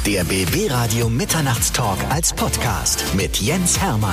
Der BB Radio Mitternachtstalk als Podcast mit Jens Hermann.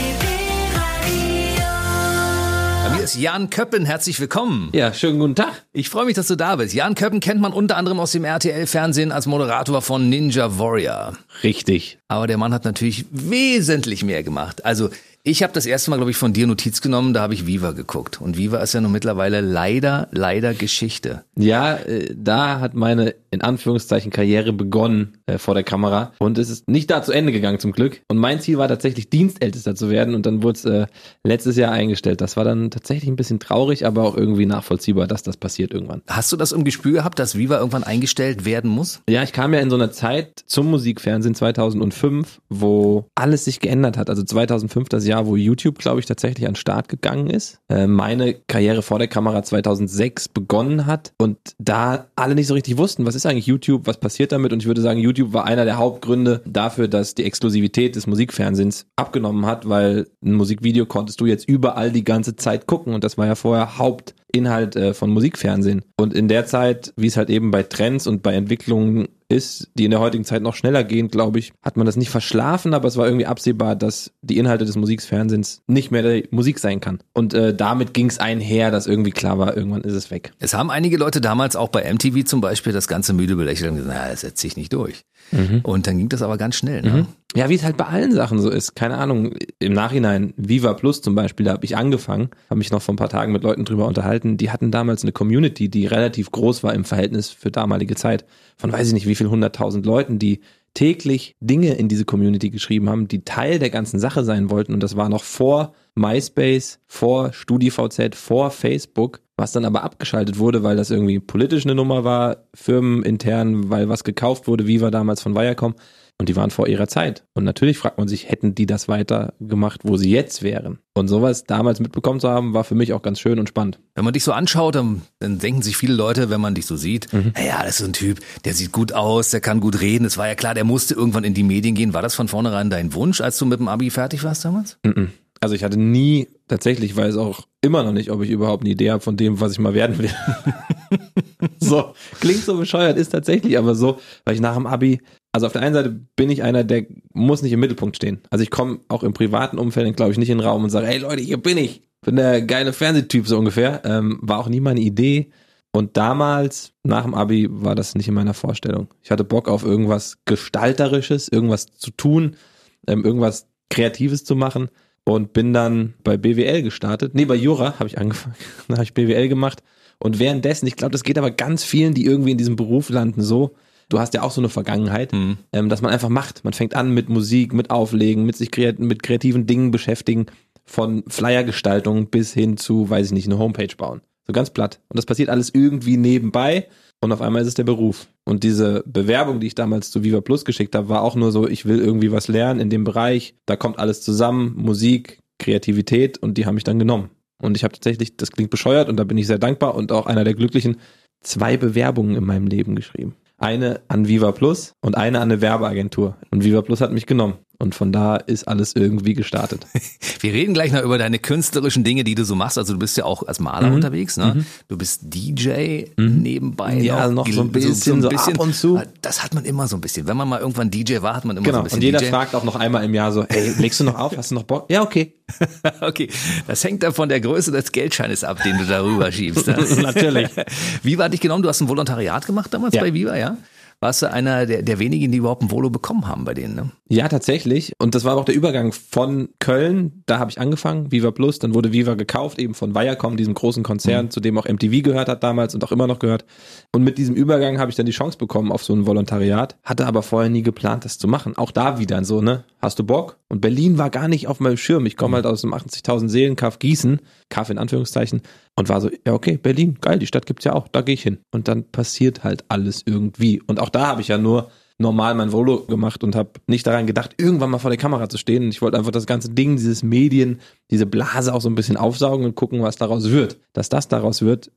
Hier ist Jan Köppen, herzlich willkommen. Ja, schönen guten Tag. Ich freue mich, dass du da bist. Jan Köppen kennt man unter anderem aus dem RTL-Fernsehen als Moderator von Ninja Warrior. Richtig. Aber der Mann hat natürlich wesentlich mehr gemacht. Also ich habe das erste Mal, glaube ich, von dir Notiz genommen, da habe ich Viva geguckt. Und Viva ist ja nun mittlerweile leider Geschichte. Ja, da hat meine, in Anführungszeichen, Karriere begonnen vor der Kamera. Und es ist nicht da zu Ende gegangen, zum Glück. Und mein Ziel war tatsächlich, Dienstältester zu werden. Und dann wurde es letztes Jahr eingestellt. Das war dann tatsächlich ein bisschen traurig, aber auch irgendwie nachvollziehbar, dass das passiert irgendwann. Hast du das im Gespür gehabt, dass Viva irgendwann eingestellt werden muss? Ja, ich kam ja in so einer Zeit zum Musikfernsehen 2005, wo alles sich geändert hat. Also 2005, das Jahr, wo YouTube, glaube ich, tatsächlich an den Start gegangen ist. Meine Karriere vor der Kamera 2006 begonnen hat und da alle nicht so richtig wussten, was ist eigentlich YouTube, was passiert damit, und ich würde sagen, YouTube war einer der Hauptgründe dafür, dass die Exklusivität des Musikfernsehens abgenommen hat, weil ein Musikvideo konntest du jetzt überall die ganze Zeit gucken und das war ja vorher Hauptinhalt von Musikfernsehen. Und in der Zeit, wie es halt eben bei Trends und bei Entwicklungen ist, die in der heutigen Zeit noch schneller gehen, glaube ich, hat man das nicht verschlafen, aber es war irgendwie absehbar, dass die Inhalte des Musikfernsehens nicht mehr die Musik sein kann. Und damit ging es einher, dass irgendwie klar war, irgendwann ist es weg. Es haben einige Leute damals auch bei MTV zum Beispiel das Ganze müde belächelt und gesagt, naja, das setzt sich nicht durch. Und dann ging das aber ganz schnell. Ne? Ja, wie es halt bei allen Sachen so ist. Keine Ahnung, im Nachhinein, Viva Plus zum Beispiel, da habe ich angefangen, habe mich noch vor ein paar Tagen mit Leuten drüber unterhalten, die hatten damals eine Community, die relativ groß war im Verhältnis für damalige Zeit, von weiß ich nicht wie viel 100.000 Leuten, die täglich Dinge in diese Community geschrieben haben, die Teil der ganzen Sache sein wollten, und das war noch vor MySpace, vor StudiVZ, vor Facebook, was dann aber abgeschaltet wurde, weil das irgendwie politisch eine Nummer war, firmenintern, weil was gekauft wurde, Viva damals von Viacom, und die waren vor ihrer Zeit. Und natürlich fragt man sich, hätten die das weiter gemacht, wo sie jetzt wären? Und sowas damals mitbekommen zu haben, war für mich auch ganz schön und spannend. Wenn man dich so anschaut, dann denken sich viele Leute, wenn man dich so sieht, naja, das ist so ein Typ, der sieht gut aus, der kann gut reden. Es war ja klar, der musste irgendwann in die Medien gehen. War das von vornherein dein Wunsch, als du mit dem Abi fertig warst damals? Also ich hatte nie, tatsächlich weiß auch immer noch nicht, ob ich überhaupt eine Idee habe von dem, was ich mal werden will. So, klingt so bescheuert, ist tatsächlich aber so, weil ich nach dem Abi, also auf der einen Seite bin ich einer, der muss nicht im Mittelpunkt stehen. Also ich komme auch im privaten Umfeld, glaube ich, nicht in den Raum und sage, hey Leute, hier bin ich. Bin der geile Fernsehtyp so ungefähr. War auch nie meine Idee. Und damals, nach dem Abi, war das nicht in meiner Vorstellung. Ich hatte Bock auf irgendwas Gestalterisches, irgendwas zu tun, irgendwas Kreatives zu machen. Und bin dann bei BWL gestartet. Nee, bei Jura habe ich angefangen. Dann habe ich BWL gemacht. Und währenddessen, ich glaube, das geht aber ganz vielen, die irgendwie in diesem Beruf landen, so. Du hast ja auch so eine Vergangenheit, dass man einfach macht. Man fängt an mit Musik, mit Auflegen, mit kreativen Dingen beschäftigen. Von Flyergestaltung bis hin zu, weiß ich nicht, eine Homepage bauen. So ganz platt. Und das passiert alles irgendwie nebenbei. Und auf einmal ist es der Beruf. Und diese Bewerbung, die ich damals zu Viva Plus geschickt habe, war auch nur so, ich will irgendwie was lernen in dem Bereich. Da kommt alles zusammen, Musik, Kreativität, und die haben mich dann genommen. Und ich habe tatsächlich, das klingt bescheuert und da bin ich sehr dankbar und auch einer der Glücklichen, 2 Bewerbungen in meinem Leben geschrieben. Eine an Viva Plus und eine an eine Werbeagentur. Und Viva Plus hat mich genommen. Und von da ist alles irgendwie gestartet. Wir reden gleich noch über deine künstlerischen Dinge, die du so machst. Also du bist ja auch als Maler unterwegs, ne? Du bist DJ nebenbei. Ja, noch so ein bisschen, so ab und zu. Das hat man immer so ein bisschen. Wenn man mal irgendwann DJ war, hat man immer so ein bisschen und jeder DJ. fragt auch noch einmal im Jahr so, hey, legst du noch auf? Hast du noch Bock? Ja, okay. Okay, das hängt dann von der Größe des Geldscheines ab, den du darüber schiebst. Ne? Natürlich. Viva hat dich genommen, du hast ein Volontariat gemacht damals bei Viva, ja? Warst du einer der wenigen, die überhaupt ein Volo bekommen haben bei denen, ne? Ja, tatsächlich. Und das war auch der Übergang von Köln. Da habe ich angefangen, Viva Plus. Dann wurde Viva gekauft, eben von Viacom, diesem großen Konzern, zu dem auch MTV gehört hat damals und auch immer noch gehört. Und mit diesem Übergang habe ich dann die Chance bekommen auf so ein Volontariat. Hatte aber vorher nie geplant, das zu machen. Auch da wieder so, ne? Hast du Bock? Und Berlin war gar nicht auf meinem Schirm. Ich komme halt aus dem 80.000 Seelen-Kaff Gießen, Kaff in Anführungszeichen, und war so, ja okay, Berlin, geil, die Stadt gibt's ja auch, da gehe ich hin. Und dann passiert halt alles irgendwie. Und auch da habe ich ja nur normal mein Volo gemacht und habe nicht daran gedacht, irgendwann mal vor der Kamera zu stehen. Und ich wollte einfach das ganze Ding, dieses Medien, diese Blase auch so ein bisschen aufsaugen und gucken, was daraus wird. Dass das daraus wird,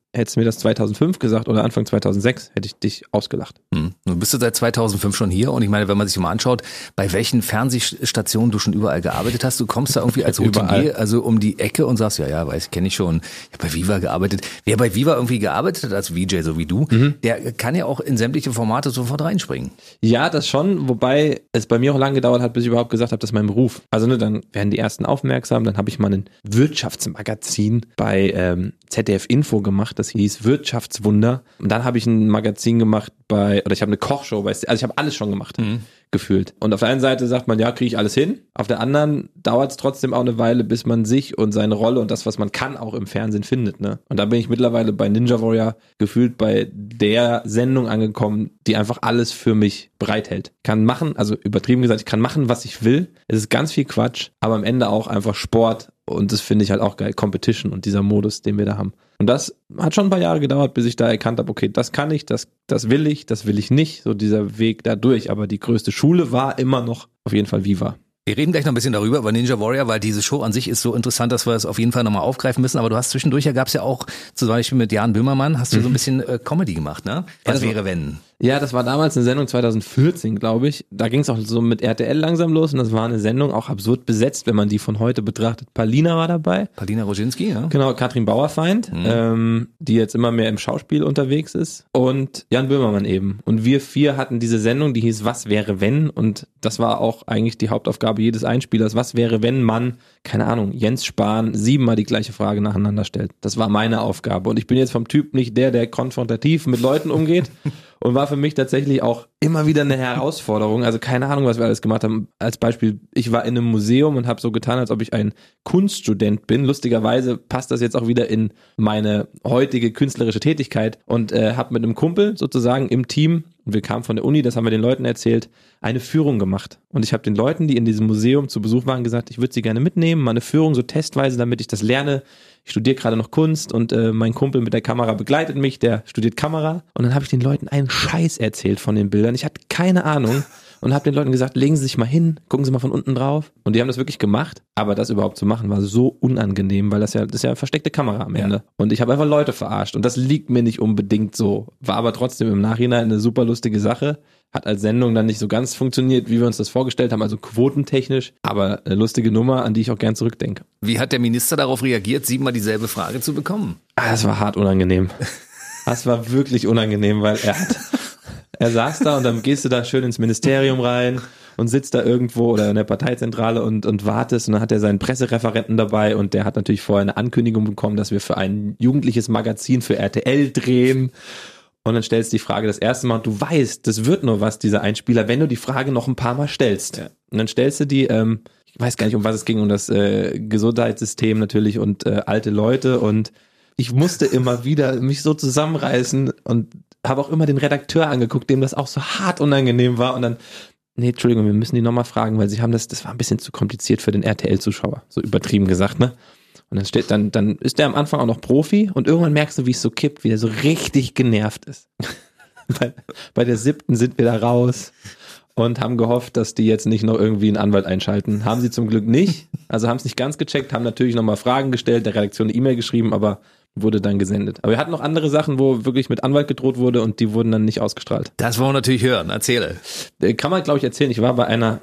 hättest du mir das 2005 gesagt oder Anfang 2006, hätte ich dich ausgelacht. Du bist seit 2005 schon hier und ich meine, wenn man sich mal anschaut, bei welchen Fernsehstationen du schon überall gearbeitet hast, du kommst da irgendwie als Routinier, also um die Ecke und sagst, kenne ich schon, ich habe bei Viva gearbeitet. Wer bei Viva irgendwie gearbeitet hat als VJ, so wie du, der kann ja auch in sämtliche Formate sofort reinspringen. Ja, das schon, wobei es bei mir auch lange gedauert hat, bis ich überhaupt gesagt habe, das ist mein Beruf. Also dann werden die ersten aufmerksam, dann habe ich mal ein Wirtschaftsmagazin bei ZDF Info gemacht, das hieß Wirtschaftswunder. Und dann habe ich ein Magazin gemacht ich habe eine Kochshow also ich habe alles schon gemacht, gefühlt. Und auf der einen Seite sagt man, ja, kriege ich alles hin. Auf der anderen dauert es trotzdem auch eine Weile, bis man sich und seine Rolle und das, was man kann, auch im Fernsehen findet, ne? Und da bin ich mittlerweile bei Ninja Warrior gefühlt bei der Sendung angekommen, die einfach alles für mich bereithält. Kann machen, also übertrieben gesagt, ich kann machen, was ich will. Es ist ganz viel Quatsch, aber am Ende auch einfach Sport. Und das finde ich halt auch geil, Competition und dieser Modus, den wir da haben. Und das hat schon ein paar Jahre gedauert, bis ich da erkannt habe, okay, das kann ich, das will ich nicht, so dieser Weg da durch. Aber die größte Schule war immer noch auf jeden Fall Viva. Wir reden gleich noch ein bisschen darüber, über Ninja Warrior, weil diese Show an sich ist so interessant, dass wir es auf jeden Fall nochmal aufgreifen müssen. Aber du hast zwischendurch, gab es ja auch, zum Beispiel mit Jan Böhmermann, hast du so ein bisschen Comedy gemacht, ne? Was wäre, wenn? Ja, das war damals eine Sendung 2014, glaube ich. Da ging es auch so mit RTL langsam los und das war eine Sendung auch absurd besetzt, wenn man die von heute betrachtet. Palina war dabei. Palina Roginski, ja. Genau, Katrin Bauerfeind, die jetzt immer mehr im Schauspiel unterwegs ist und Jan Böhmermann eben. Und wir 4 hatten diese Sendung, die hieß Was wäre wenn? Und das war auch eigentlich die Hauptaufgabe jedes Einspielers. Was wäre, wenn man, keine Ahnung, Jens Spahn 7-mal die gleiche Frage nacheinander stellt? Das war meine Aufgabe. Und ich bin jetzt vom Typ nicht der konfrontativ mit Leuten umgeht. Und war für mich tatsächlich auch immer wieder eine Herausforderung. Also keine Ahnung, was wir alles gemacht haben. Als Beispiel, ich war in einem Museum und habe so getan, als ob ich ein Kunststudent bin. Lustigerweise passt das jetzt auch wieder in meine heutige künstlerische Tätigkeit und habe mit einem Kumpel sozusagen im Team, und wir kamen von der Uni, das haben wir den Leuten erzählt, eine Führung gemacht. Und ich habe den Leuten, die in diesem Museum zu Besuch waren, gesagt, ich würde sie gerne mitnehmen, mal eine Führung so testweise, damit ich das lerne. Ich studiere gerade noch Kunst und mein Kumpel mit der Kamera begleitet mich, der studiert Kamera. Und dann habe ich den Leuten einen Scheiß erzählt von den Bildern. Ich hatte keine Ahnung und habe den Leuten gesagt, legen Sie sich mal hin, gucken Sie mal von unten drauf. Und die haben das wirklich gemacht. Aber das überhaupt zu machen war so unangenehm, weil das ist ja eine versteckte Kamera am Ende. Und ich habe einfach Leute verarscht und das liegt mir nicht unbedingt so. War aber trotzdem im Nachhinein eine super lustige Sache. Hat als Sendung dann nicht so ganz funktioniert, wie wir uns das vorgestellt haben, also quotentechnisch, aber eine lustige Nummer, an die ich auch gern zurückdenke. Wie hat der Minister darauf reagiert, 7-mal dieselbe Frage zu bekommen? Das war hart unangenehm. Das war wirklich unangenehm, weil er saß da und dann gehst du da schön ins Ministerium rein und sitzt da irgendwo oder in der Parteizentrale und wartest und dann hat er seinen Pressereferenten dabei und der hat natürlich vorher eine Ankündigung bekommen, dass wir für ein jugendliches Magazin für RTL drehen. Und dann stellst du die Frage das erste Mal und du weißt, das wird nur was, dieser Einspieler, wenn du die Frage noch ein paar Mal stellst. Ja. Und dann stellst du die, ich weiß gar nicht, um was es ging, um das Gesundheitssystem natürlich und alte Leute und ich musste immer wieder mich so zusammenreißen und habe auch immer den Redakteur angeguckt, dem das auch so hart unangenehm war und dann, nee, Entschuldigung, wir müssen die nochmal fragen, weil sie haben das war ein bisschen zu kompliziert für den RTL-Zuschauer, so übertrieben gesagt, ne? Und dann ist der am Anfang auch noch Profi und irgendwann merkst du, wie es so kippt, wie der so richtig genervt ist. Bei der 7. sind wir da raus und haben gehofft, dass die jetzt nicht noch irgendwie einen Anwalt einschalten. Haben sie zum Glück nicht, also haben es nicht ganz gecheckt, haben natürlich nochmal Fragen gestellt, der Redaktion eine E-Mail geschrieben, aber wurde dann gesendet. Aber wir hatten noch andere Sachen, wo wirklich mit Anwalt gedroht wurde und die wurden dann nicht ausgestrahlt. Das wollen wir natürlich hören, erzähle. Kann man, glaube ich, erzählen. Ich war bei einer...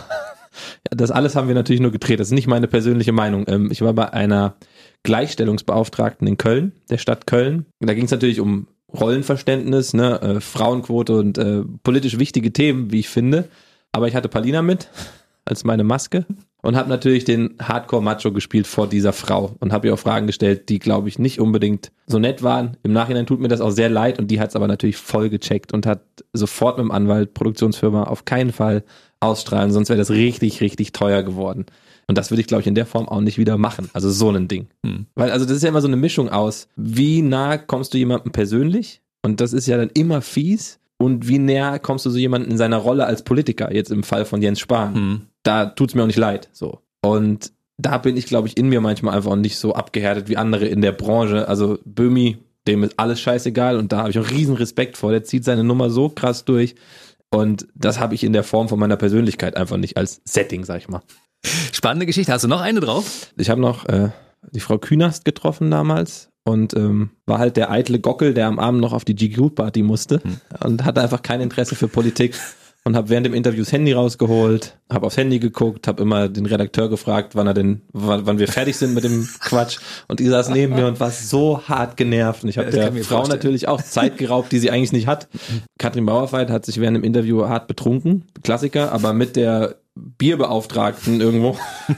Das alles haben wir natürlich nur gedreht, das ist nicht meine persönliche Meinung. Ich war bei einer Gleichstellungsbeauftragten in Köln, der Stadt Köln. Da ging es natürlich um Rollenverständnis, ne, Frauenquote und politisch wichtige Themen, wie ich finde. Aber ich hatte Palina mit als meine Maske und habe natürlich den Hardcore-Macho gespielt vor dieser Frau und habe ihr auch Fragen gestellt, die, glaube ich, nicht unbedingt so nett waren. Im Nachhinein tut mir das auch sehr leid und die hat es aber natürlich voll gecheckt und hat sofort mit dem Anwalt, Produktionsfirma, auf keinen Fall ausstrahlen, sonst wäre das richtig, richtig teuer geworden. Und das würde ich, glaube ich, in der Form auch nicht wieder machen. Also so ein Ding. Weil, also das ist ja immer so eine Mischung aus, wie nah kommst du jemandem persönlich? Und das ist ja dann immer fies. Und wie näher kommst du so jemanden in seiner Rolle als Politiker? Jetzt im Fall von Jens Spahn. Da tut's mir auch nicht leid. So. Und da bin ich, glaube ich, in mir manchmal einfach auch nicht so abgehärtet wie andere in der Branche. Also Böhmi, dem ist alles scheißegal. Und da habe ich auch riesen Respekt vor. Der zieht seine Nummer so krass durch. Und das habe ich in der Form von meiner Persönlichkeit einfach nicht als Setting, sag ich mal. Spannende Geschichte. Hast du noch eine drauf? Ich habe noch die Frau Künast getroffen damals und war halt der eitle Gockel, der am Abend noch auf die GQ-Party musste und hatte einfach kein Interesse für Politik. Und habe während dem Interview das Handy rausgeholt, habe aufs Handy geguckt, habe immer den Redakteur gefragt, wann wir fertig sind mit dem Quatsch. Und die saß neben mir und war so hart genervt. Und ich habe der Frau natürlich auch Zeit geraubt, die sie eigentlich nicht hat. Katrin Bauerfeind hat sich während dem Interview hart betrunken, Klassiker, aber mit der Bierbeauftragten irgendwo.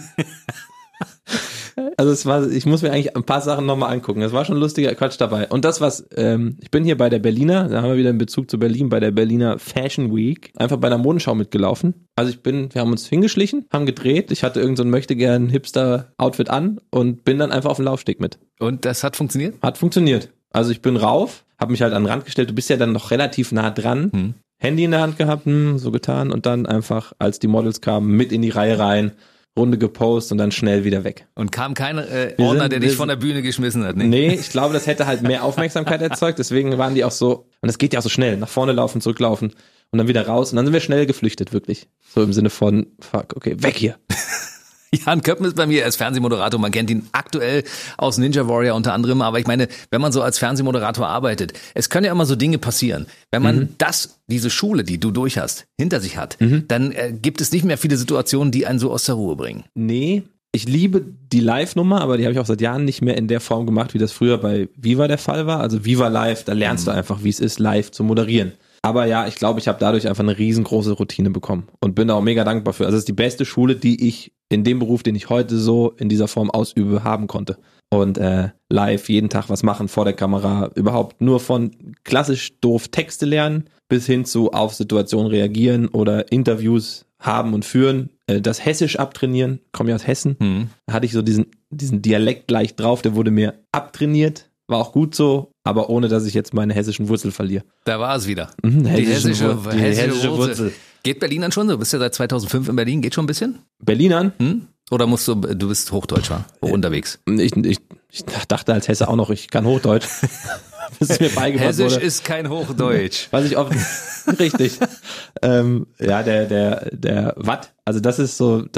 Also ich muss mir eigentlich ein paar Sachen nochmal angucken. Das war schon lustiger Quatsch dabei. Und das, ich bin hier bei der Berliner, da haben wir wieder einen Bezug zu Berlin, bei der Berliner Fashion Week, einfach bei einer Modenschau mitgelaufen. Also wir haben uns hingeschlichen, haben gedreht, ich hatte irgend so ein möchtegern Hipster-Outfit an und bin dann einfach auf den Laufsteg mit. Und das hat funktioniert? Hat funktioniert. Also ich bin rauf, habe mich halt an den Rand gestellt, du bist ja dann noch relativ nah dran, Handy in der Hand gehabt, so getan und dann einfach, als die Models kamen, mit in die Reihe rein, Runde gepostet und dann schnell wieder weg. Und kam kein Ordner, der dich von der Bühne geschmissen hat? Nee, ich glaube, das hätte halt mehr Aufmerksamkeit erzeugt, deswegen waren die auch so, und das geht ja auch so schnell, nach vorne laufen, zurücklaufen und dann wieder raus und dann sind wir schnell geflüchtet, wirklich. So im Sinne von, fuck, okay, weg hier. Jan Köppen ist bei mir, er ist Fernsehmoderator, man kennt ihn aktuell aus Ninja Warrior unter anderem, aber ich meine, wenn man so als Fernsehmoderator arbeitet, es können ja immer so Dinge passieren. Wenn man diese Schule, die du durch hast, hinter sich hat, dann gibt es nicht mehr viele Situationen, die einen so aus der Ruhe bringen. Nee, ich liebe die Live-Nummer, aber die habe ich auch seit Jahren nicht mehr in der Form gemacht, wie das früher bei Viva der Fall war. Also Viva Live, da lernst du einfach, wie es ist, live zu moderieren. Aber ja, ich glaube, ich habe dadurch einfach eine riesengroße Routine bekommen und bin da auch mega dankbar für. Also es ist die beste Schule, die ich in dem Beruf, den ich heute so in dieser Form ausübe, haben konnte. Und live jeden Tag was machen vor der Kamera, überhaupt nur von klassisch doof Texte lernen bis hin zu auf Situationen reagieren oder Interviews haben und führen. Das Hessisch abtrainieren, komme ja aus Hessen, da hatte ich so diesen Dialekt leicht drauf, der wurde mir abtrainiert. War auch gut so, aber ohne, dass ich jetzt meine hessischen Wurzel verliere. Da war es wieder. Die hessische Wurzel. Geht Berlin dann schon so? Du bist ja seit 2005 in Berlin. Geht schon ein bisschen? Berlinern? Oder du bist Hochdeutsch unterwegs? Ich dachte als Hesse auch noch, ich kann Hochdeutsch. Bis es mir beigebracht Hessisch wurde. ist kein Hochdeutsch. Was ich oft, richtig. Ja, der Watt. Also das ist,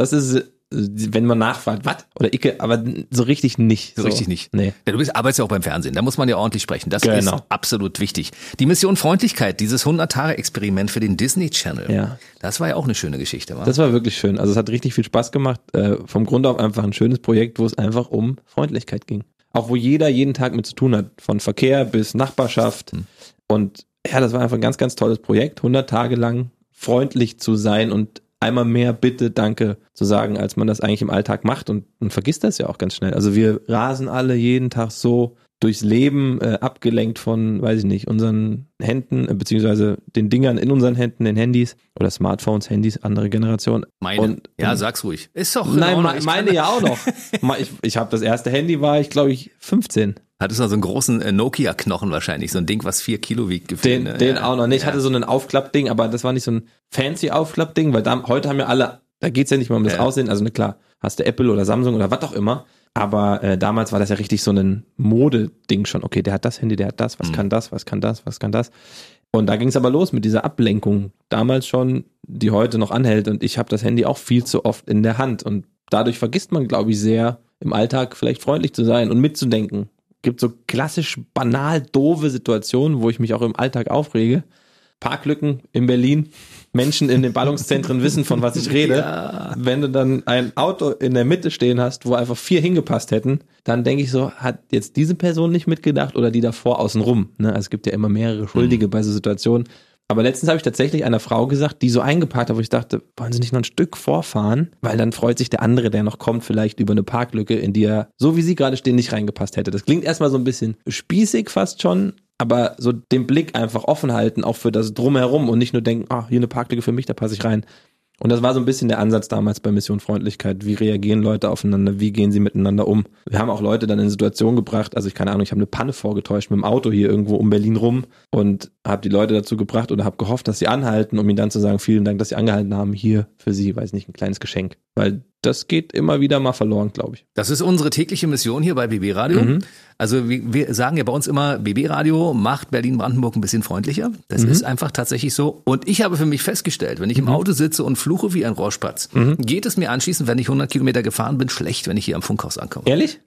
wenn man nachfragt, was? Oder Icke, aber so richtig nicht. So richtig nicht. Nee. Ja, du arbeitest ja auch beim Fernsehen, da muss man ja ordentlich sprechen. Das ist absolut wichtig. Die Mission Freundlichkeit, dieses 100-Tage-Experiment für den Disney Channel. Ja. Das war ja auch eine schöne Geschichte, wa? Das war wirklich schön. Also es hat richtig viel Spaß gemacht. Vom Grund auf einfach ein schönes Projekt, wo es einfach um Freundlichkeit ging. Auch wo jeder jeden Tag mit zu tun hat. Von Verkehr bis Nachbarschaft. Und ja, das war einfach ein ganz, ganz tolles Projekt. 100 Tage lang freundlich zu sein und einmal mehr Bitte, Danke zu sagen, als man das eigentlich im Alltag macht und man vergisst das ja auch ganz schnell. Also wir rasen alle jeden Tag so durchs Leben, abgelenkt von, weiß ich nicht, unseren Händen, beziehungsweise den Dingern in unseren Händen, den Handys oder Smartphones, Handys, andere Generation. Meine? Ja, sag's ruhig. Ist doch nein, meine ja auch noch. Ich habe das erste Handy, war ich glaube ich 15. Hattest du so einen großen Nokia-Knochen wahrscheinlich, so ein Ding, was 4 Kilo wiegt gefühlt. Den auch noch nicht. Ich hatte so ein Aufklappding, aber das war nicht so ein fancy Aufklappding, weil heute haben ja alle, da geht's ja nicht mal um das Aussehen, also klar, hast du Apple oder Samsung oder was auch immer, aber damals war das ja richtig so ein Modeding schon. Okay, der hat das Handy, der hat das, was kann das, was kann das, was kann das. Und da ging's aber los mit dieser Ablenkung, damals schon, die heute noch anhält und ich habe das Handy auch viel zu oft in der Hand und dadurch vergisst man, glaube ich, sehr im Alltag vielleicht freundlich zu sein und mitzudenken. Gibt so klassisch banal doofe Situationen, wo ich mich auch im Alltag aufrege. Parklücken in Berlin, Menschen in den Ballungszentren wissen, von was ich rede. Ja. Wenn du dann ein Auto in der Mitte stehen hast, wo einfach 4 hingepasst hätten, dann denke ich so, hat jetzt diese Person nicht mitgedacht oder die davor außenrum? Ne? Also es gibt ja immer mehrere Schuldige bei so Situationen. Aber letztens habe ich tatsächlich einer Frau gesagt, die so eingeparkt hat, wo ich dachte, wollen Sie nicht noch ein Stück vorfahren? Weil dann freut sich der andere, der noch kommt, vielleicht über eine Parklücke, in die er, so wie Sie gerade stehen, nicht reingepasst hätte. Das klingt erstmal so ein bisschen spießig fast schon, aber so den Blick einfach offen halten, auch für das Drumherum und nicht nur denken, hier eine Parklücke für mich, da passe ich rein. Und das war so ein bisschen der Ansatz damals bei Mission Freundlichkeit. Wie reagieren Leute aufeinander? Wie gehen sie miteinander um? Wir haben auch Leute dann in Situationen gebracht, also ich habe eine Panne vorgetäuscht mit dem Auto hier irgendwo um Berlin rum und habe die Leute dazu gebracht oder habe gehofft, dass sie anhalten, um ihnen dann zu sagen, vielen Dank, dass sie angehalten haben, hier für sie, weiß nicht, ein kleines Geschenk. Weil das geht immer wieder mal verloren, glaube ich. Das ist unsere tägliche Mission hier bei BB Radio. Also wir sagen ja bei uns immer, BB Radio macht Berlin-Brandenburg ein bisschen freundlicher. Das ist einfach tatsächlich so. Und ich habe für mich festgestellt, wenn ich im Auto sitze und fluche wie ein Rohrspatz, geht es mir anschließend, wenn ich 100 Kilometer gefahren bin, schlecht, wenn ich hier am Funkhaus ankomme. Ehrlich? Ja.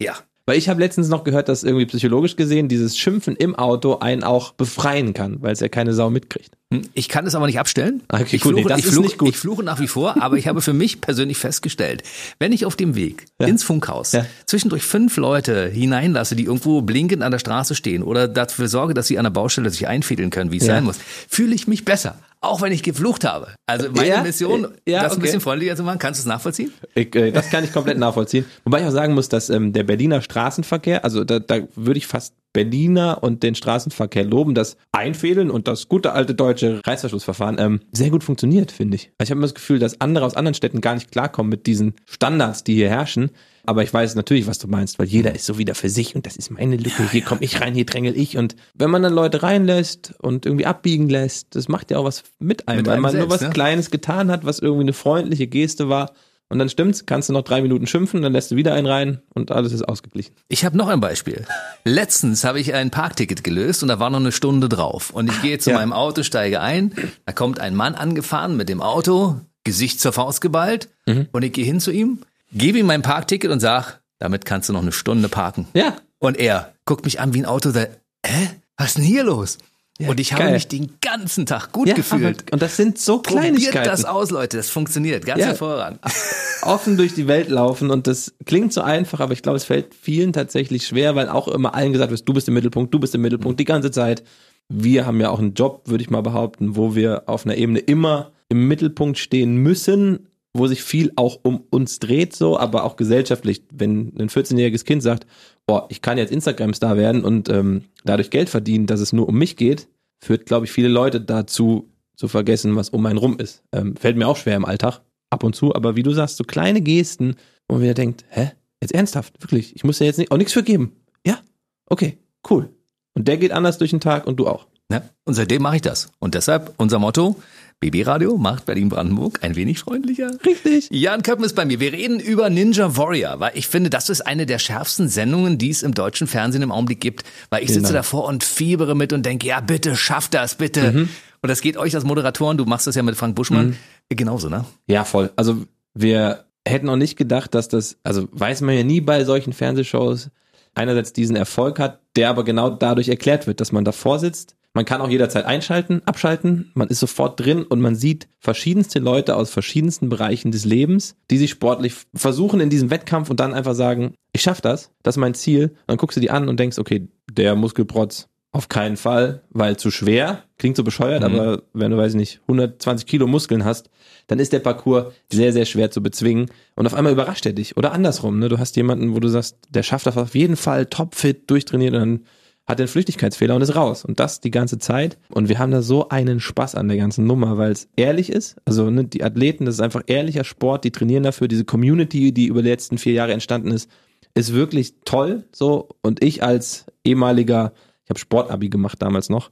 Weil ich habe letztens noch gehört, dass irgendwie psychologisch gesehen dieses Schimpfen im Auto einen auch befreien kann, weil es ja keine Sau mitkriegt. Ich kann es aber nicht abstellen. Okay, Ich gut, fluche, das ich ist fluche, nicht gut. ich fluche nach wie vor, aber ich habe für mich persönlich festgestellt, wenn ich auf dem Weg ins Funkhaus zwischendurch 5 Leute hineinlasse, die irgendwo blinkend an der Straße stehen oder dafür sorge, dass sie an der Baustelle sich einfädeln können, wie es sein muss, fühle ich mich besser. Auch wenn ich geflucht habe. Also meine Mission, das ein bisschen freundlicher zu machen, kannst du es nachvollziehen? Das kann ich komplett nachvollziehen. Wobei ich auch sagen muss, dass der Berliner Straßenverkehr, also da würde ich fast Berliner und den Straßenverkehr loben, das Einfädeln und das gute alte deutsche Reißverschlussverfahren sehr gut funktioniert, finde ich. Ich habe immer das Gefühl, dass andere aus anderen Städten gar nicht klarkommen mit diesen Standards, die hier herrschen. Aber ich weiß natürlich, was du meinst, weil jeder ist so wieder für sich und das ist meine Lücke. Hier komme ich rein, hier drängel ich. Und wenn man dann Leute reinlässt und irgendwie abbiegen lässt, das macht ja auch was mit einem, weil man nur was Kleines getan hat, was irgendwie eine freundliche Geste war. Und dann stimmt's, kannst du noch 3 Minuten schimpfen, dann lässt du wieder einen rein und alles ist ausgeglichen. Ich habe noch ein Beispiel. Letztens habe ich ein Parkticket gelöst und da war noch eine Stunde drauf. Und ich gehe zu meinem Auto, steige ein, da kommt ein Mann angefahren mit dem Auto, Gesicht zur Faust geballt und ich gehe hin zu ihm, gebe ihm mein Parkticket und sag, damit kannst du noch eine Stunde parken. Ja. Und er guckt mich an wie ein Auto, sagt, was ist denn hier los? Ja, und ich habe mich den ganzen Tag gut gefühlt. Und das sind so Kleinigkeiten. Probiert das aus, Leute. Das funktioniert ganz hervorragend. Offen durch die Welt laufen und das klingt so einfach, aber ich glaube, es fällt vielen tatsächlich schwer, weil auch immer allen gesagt wird, du bist im Mittelpunkt die ganze Zeit. Wir haben ja auch einen Job, würde ich mal behaupten, wo wir auf einer Ebene immer im Mittelpunkt stehen müssen, wo sich viel auch um uns dreht, so, aber auch gesellschaftlich. Wenn ein 14-jähriges Kind sagt, ich kann jetzt Instagram-Star werden und dadurch Geld verdienen, dass es nur um mich geht, führt, glaube ich, viele Leute dazu, zu vergessen, was um einen rum ist. Fällt mir auch schwer im Alltag, ab und zu, aber wie du sagst, so kleine Gesten, wo man wieder denkt, jetzt ernsthaft, wirklich, ich muss ja jetzt auch nichts für geben. Ja, okay, cool. Und der geht anders durch den Tag und du auch. Ja, und seitdem mache ich das. Und deshalb unser Motto, BB-Radio macht Berlin-Brandenburg ein wenig freundlicher. Richtig. Jan Köppen ist bei mir. Wir reden über Ninja Warrior, weil ich finde, das ist eine der schärfsten Sendungen, die es im deutschen Fernsehen im Augenblick gibt. Weil ich sitze davor und fiebere mit und denke, ja bitte, schaff das, bitte. Und das geht euch als Moderatoren, du machst das ja mit Frank Buschmann, genauso, ne? Ja, voll. Also wir hätten auch nicht gedacht, dass das, also weiß man ja nie bei solchen Fernsehshows, einerseits diesen Erfolg hat, der aber genau dadurch erklärt wird, dass man davor sitzt. Man kann auch jederzeit einschalten, abschalten, man ist sofort drin und man sieht verschiedenste Leute aus verschiedensten Bereichen des Lebens, die sich sportlich versuchen in diesem Wettkampf und dann einfach sagen, ich schaff das ist mein Ziel. Und dann guckst du die an und denkst, okay, der Muskelprotz auf keinen Fall, weil zu schwer, klingt so bescheuert, aber wenn du, weiß ich nicht, 120 Kilo Muskeln hast, dann ist der Parcours sehr, sehr schwer zu bezwingen und auf einmal überrascht er dich. Oder andersrum, ne? Du hast jemanden, wo du sagst, der schafft das auf jeden Fall topfit, durchtrainiert und dann hat er einen Flüchtigkeitsfehler und ist raus. Und das die ganze Zeit. Und wir haben da so einen Spaß an der ganzen Nummer, weil es ehrlich ist. Also ne, die Athleten, das ist einfach ehrlicher Sport, die trainieren dafür. Diese Community, die über die letzten 4 Jahre entstanden ist wirklich toll. So. Und ich als ehemaliger, ich habe Sportabi gemacht damals noch,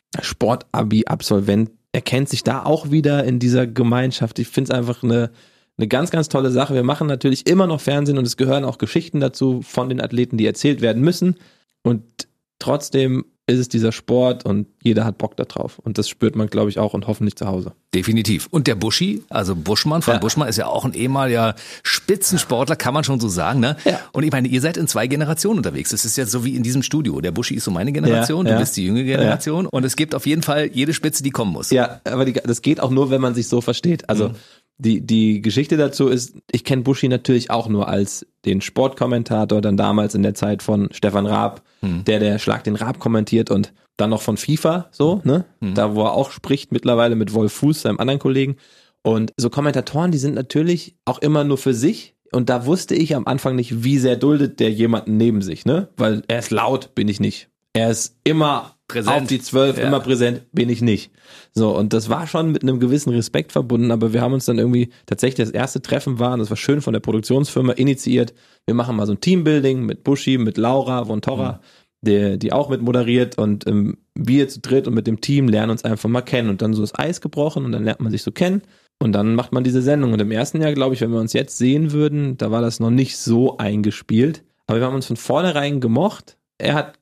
Sportabi-Absolvent, erkennt sich da auch wieder in dieser Gemeinschaft. Ich finde es einfach eine ganz, ganz tolle Sache. Wir machen natürlich immer noch Fernsehen und es gehören auch Geschichten dazu von den Athleten, die erzählt werden müssen. Und trotzdem ist es dieser Sport und jeder hat Bock da drauf. Und das spürt man, glaube ich, auch und hoffentlich zu Hause. Definitiv. Und der Buschi, also Buschmann, Frank Buschmann ist ja auch ein ehemaliger Spitzensportler, kann man schon so sagen, ne? Ja. Und ich meine, ihr seid in 2 Generationen unterwegs. Das ist jetzt so wie in diesem Studio. Der Buschi ist so meine Generation, du bist die jüngere Generation. Und es gibt auf jeden Fall jede Spitze, die kommen muss. Ja, aber das geht auch nur, wenn man sich so versteht. Also die Geschichte dazu ist, ich kenne Buschi natürlich auch nur als den Sportkommentator, dann damals in der Zeit von Stefan Raab, der Schlag den Raab kommentiert und dann noch von FIFA, so, ne? Da, wo er auch spricht, mittlerweile mit Wolf Fuß, seinem anderen Kollegen. Und so Kommentatoren, die sind natürlich auch immer nur für sich. Und da wusste ich am Anfang nicht, wie sehr duldet der jemanden neben sich, ne? Weil er ist laut, bin ich nicht. Er ist immer präsent. Auf die 12, immer präsent, bin ich nicht. So, und das war schon mit einem gewissen Respekt verbunden, aber wir haben uns dann irgendwie tatsächlich das erste Treffen war, und das war schön von der Produktionsfirma initiiert. Wir machen mal so ein Teambuilding mit Buschi, mit Laura von Torra, die auch mit moderiert und wir zu dritt und mit dem Team lernen uns einfach mal kennen und dann so das Eis gebrochen und dann lernt man sich so kennen und dann macht man diese Sendung. Und im ersten Jahr, glaube ich, wenn wir uns jetzt sehen würden, da war das noch nicht so eingespielt, aber wir haben uns von vornherein gemocht. Er hat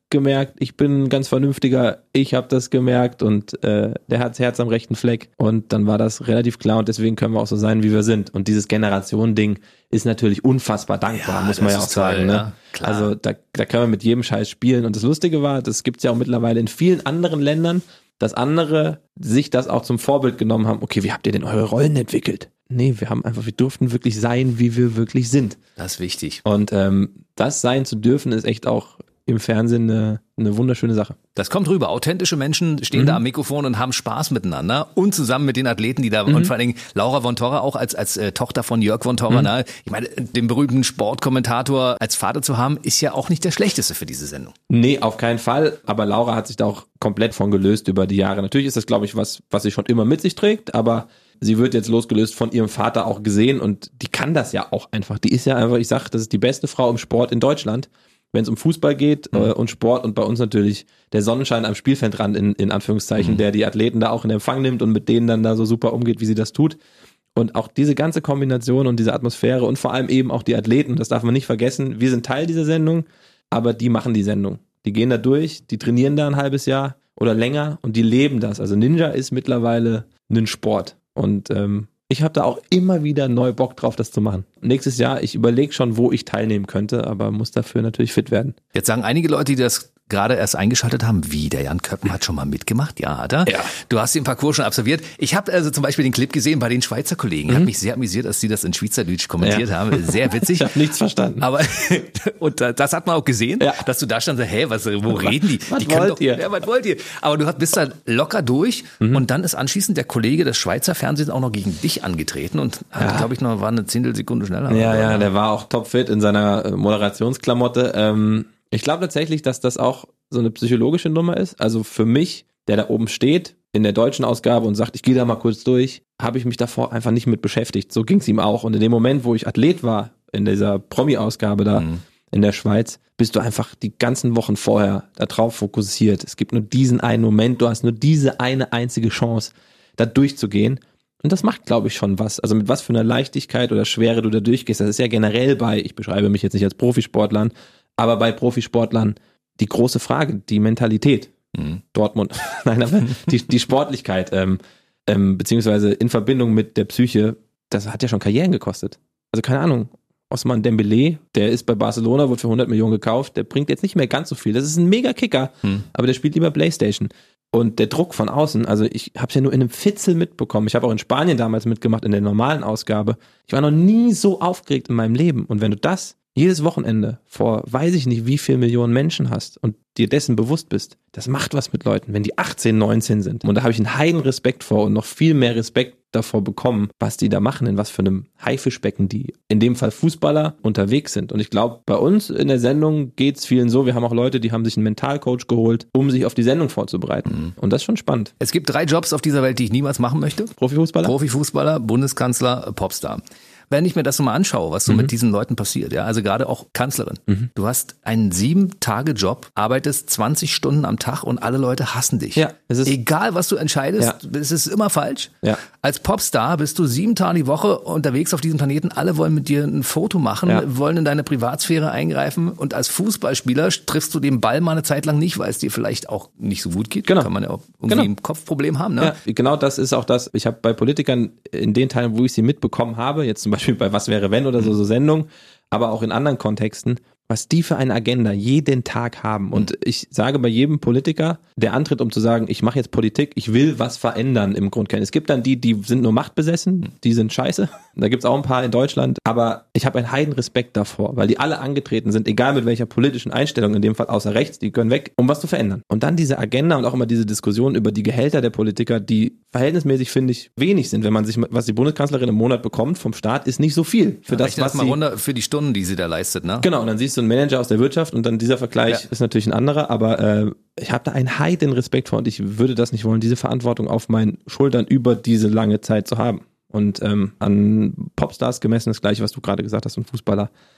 gemerkt, ich bin ein ganz vernünftiger, ich habe das gemerkt und der hat das Herz am rechten Fleck und dann war das relativ klar und deswegen können wir auch so sein, wie wir sind. Und dieses Generationending ist natürlich unfassbar dankbar, muss man ja auch sagen. Ne? Ja, klar. Also da können wir mit jedem Scheiß spielen und das Lustige war, das gibt's ja auch mittlerweile in vielen anderen Ländern, dass andere sich das auch zum Vorbild genommen haben, okay, wie habt ihr denn eure Rollen entwickelt? Nee, wir durften wirklich sein, wie wir wirklich sind. Das ist wichtig. Und das sein zu dürfen, ist echt auch im Fernsehen eine wunderschöne Sache. Das kommt rüber. Authentische Menschen stehen da am Mikrofon und haben Spaß miteinander und zusammen mit den Athleten, die da, und vor allen Dingen Laura von Torra auch als Tochter von Jörg von Torra, ne? Ich meine, den berühmten Sportkommentator als Vater zu haben, ist ja auch nicht der schlechteste für diese Sendung. Nee, auf keinen Fall. Aber Laura hat sich da auch komplett von gelöst über die Jahre. Natürlich ist das, glaube ich, was sie schon immer mit sich trägt, aber sie wird jetzt losgelöst von ihrem Vater auch gesehen und die kann das ja auch einfach. Die ist ja einfach, ich sag, das ist die beste Frau im Sport in Deutschland, wenn es um Fußball geht und Sport und bei uns natürlich der Sonnenschein am Spielfeldrand in Anführungszeichen, der die Athleten da auch in Empfang nimmt und mit denen dann da so super umgeht, wie sie das tut. Und auch diese ganze Kombination und diese Atmosphäre und vor allem eben auch die Athleten, das darf man nicht vergessen, wir sind Teil dieser Sendung, aber die machen die Sendung. Die gehen da durch, die trainieren da ein halbes Jahr oder länger und die leben das. Also Ninja ist mittlerweile ein Sport und ich habe da auch immer wieder neu Bock drauf, das zu machen. Nächstes Jahr, ich überlege schon, wo ich teilnehmen könnte, aber muss dafür natürlich fit werden. Jetzt sagen einige Leute, die das gerade erst eingeschaltet haben, wie, der Jan Köppen hat schon mal mitgemacht? Ja, hat er. Ja. Du hast den Parcours schon absolviert. Ich habe also zum Beispiel den Clip gesehen bei den Schweizer Kollegen. Hat mich sehr amüsiert, dass die das in Schweizerdeutsch kommentiert haben. Sehr witzig. Ich habe nichts verstanden. Aber und das hat man auch gesehen, dass du da standst, wo reden die? Was die wollt ihr? Ja, was wollt ihr? Aber du bist da locker durch und dann ist anschließend der Kollege des Schweizer Fernsehens auch noch gegen dich angetreten und hat, glaube ich, war eine Zehntelsekunde schneller. Ja, der war auch topfit in seiner Moderationsklamotte. Ich glaube tatsächlich, dass das auch so eine psychologische Nummer ist. Also für mich, der da oben steht, in der deutschen Ausgabe und sagt, ich gehe da mal kurz durch, habe ich mich davor einfach nicht mit beschäftigt. So ging es ihm auch. Und in dem Moment, wo ich Athlet war, in dieser Promi-Ausgabe da in der Schweiz, bist du einfach die ganzen Wochen vorher da drauf fokussiert. Es gibt nur diesen einen Moment, du hast nur diese eine einzige Chance, da durchzugehen. Und das macht, glaube ich, schon was. Also mit was für einer Leichtigkeit oder Schwere du da durchgehst. Das ist ja generell ich beschreibe mich jetzt nicht als Profisportlern, aber bei Profisportlern die große Frage, die Mentalität. Dortmund, nein, aber die Sportlichkeit, beziehungsweise in Verbindung mit der Psyche, das hat ja schon Karrieren gekostet. Also keine Ahnung, Ousmane Dembélé, der ist bei Barcelona, wurde für 100 Millionen gekauft, der bringt jetzt nicht mehr ganz so viel. Das ist ein mega Kicker, aber der spielt lieber Playstation. Und der Druck von außen, also ich habe es ja nur in einem Fitzel mitbekommen. Ich habe auch in Spanien damals mitgemacht, in der normalen Ausgabe. Ich war noch nie so aufgeregt in meinem Leben. Und wenn du das jedes Wochenende vor weiß ich nicht wie viel Millionen Menschen hast und dir dessen bewusst bist, das macht was mit Leuten, wenn die 18, 19 sind. Und da habe ich einen heiden Respekt vor und noch viel mehr Respekt davor bekommen, was die da machen, in was für einem Haifischbecken die, in dem Fall Fußballer, unterwegs sind. Und ich glaube, bei uns in der Sendung geht's vielen so, wir haben auch Leute, die haben sich einen Mentalcoach geholt, um sich auf die Sendung vorzubereiten. Und das ist schon spannend. Es gibt 3 Jobs auf dieser Welt, die ich niemals machen möchte. Profifußballer, Bundeskanzler, Popstar. Wenn ich mir das so mal anschaue, was so mit diesen Leuten passiert, ja, also gerade auch Kanzlerin. Du hast einen 7-Tage-Job, arbeitest 20 Stunden am Tag und alle Leute hassen dich. Ja, egal, was du entscheidest, es ist immer falsch. Ja. Als Popstar bist du 7 Tage die Woche unterwegs auf diesem Planeten, alle wollen mit dir ein Foto machen, wollen in deine Privatsphäre eingreifen und als Fußballspieler triffst du den Ball mal eine Zeit lang nicht, weil es dir vielleicht auch nicht so gut geht. Genau. Kann man ja auch irgendwie ein Kopfproblem haben. Ne? Ja, genau das ist auch das. Ich habe bei Politikern in den Teilen, wo ich sie mitbekommen habe, jetzt zum Beispiel bei Was wäre wenn oder so Sendungen, aber auch in anderen Kontexten, was die für eine Agenda jeden Tag haben. Und ich sage bei jedem Politiker, der antritt, um zu sagen, ich mache jetzt Politik, ich will was verändern im Grundkern. Es gibt dann die sind nur machtbesessen, die sind scheiße. Da gibt's auch ein paar in Deutschland. Aber ich habe einen heiden Respekt davor, weil die alle angetreten sind, egal mit welcher politischen Einstellung, in dem Fall außer rechts, die können weg, um was zu verändern. Und dann diese Agenda und auch immer diese Diskussion über die Gehälter der Politiker, die verhältnismäßig, finde ich, wenig sind. Wenn man sich, was die Bundeskanzlerin im Monat bekommt vom Staat, ist nicht so viel. Für das, was mal runter für die Stunden, die sie da leistet, ne? Genau, und dann siehst du einen Manager aus der Wirtschaft und dann dieser Vergleich ist natürlich ein anderer, aber ich habe da einen heiden Respekt vor und ich würde das nicht wollen, diese Verantwortung auf meinen Schultern über diese lange Zeit zu haben. Und an Popstars gemessen das Gleiche, was du gerade gesagt hast, und Fußballer,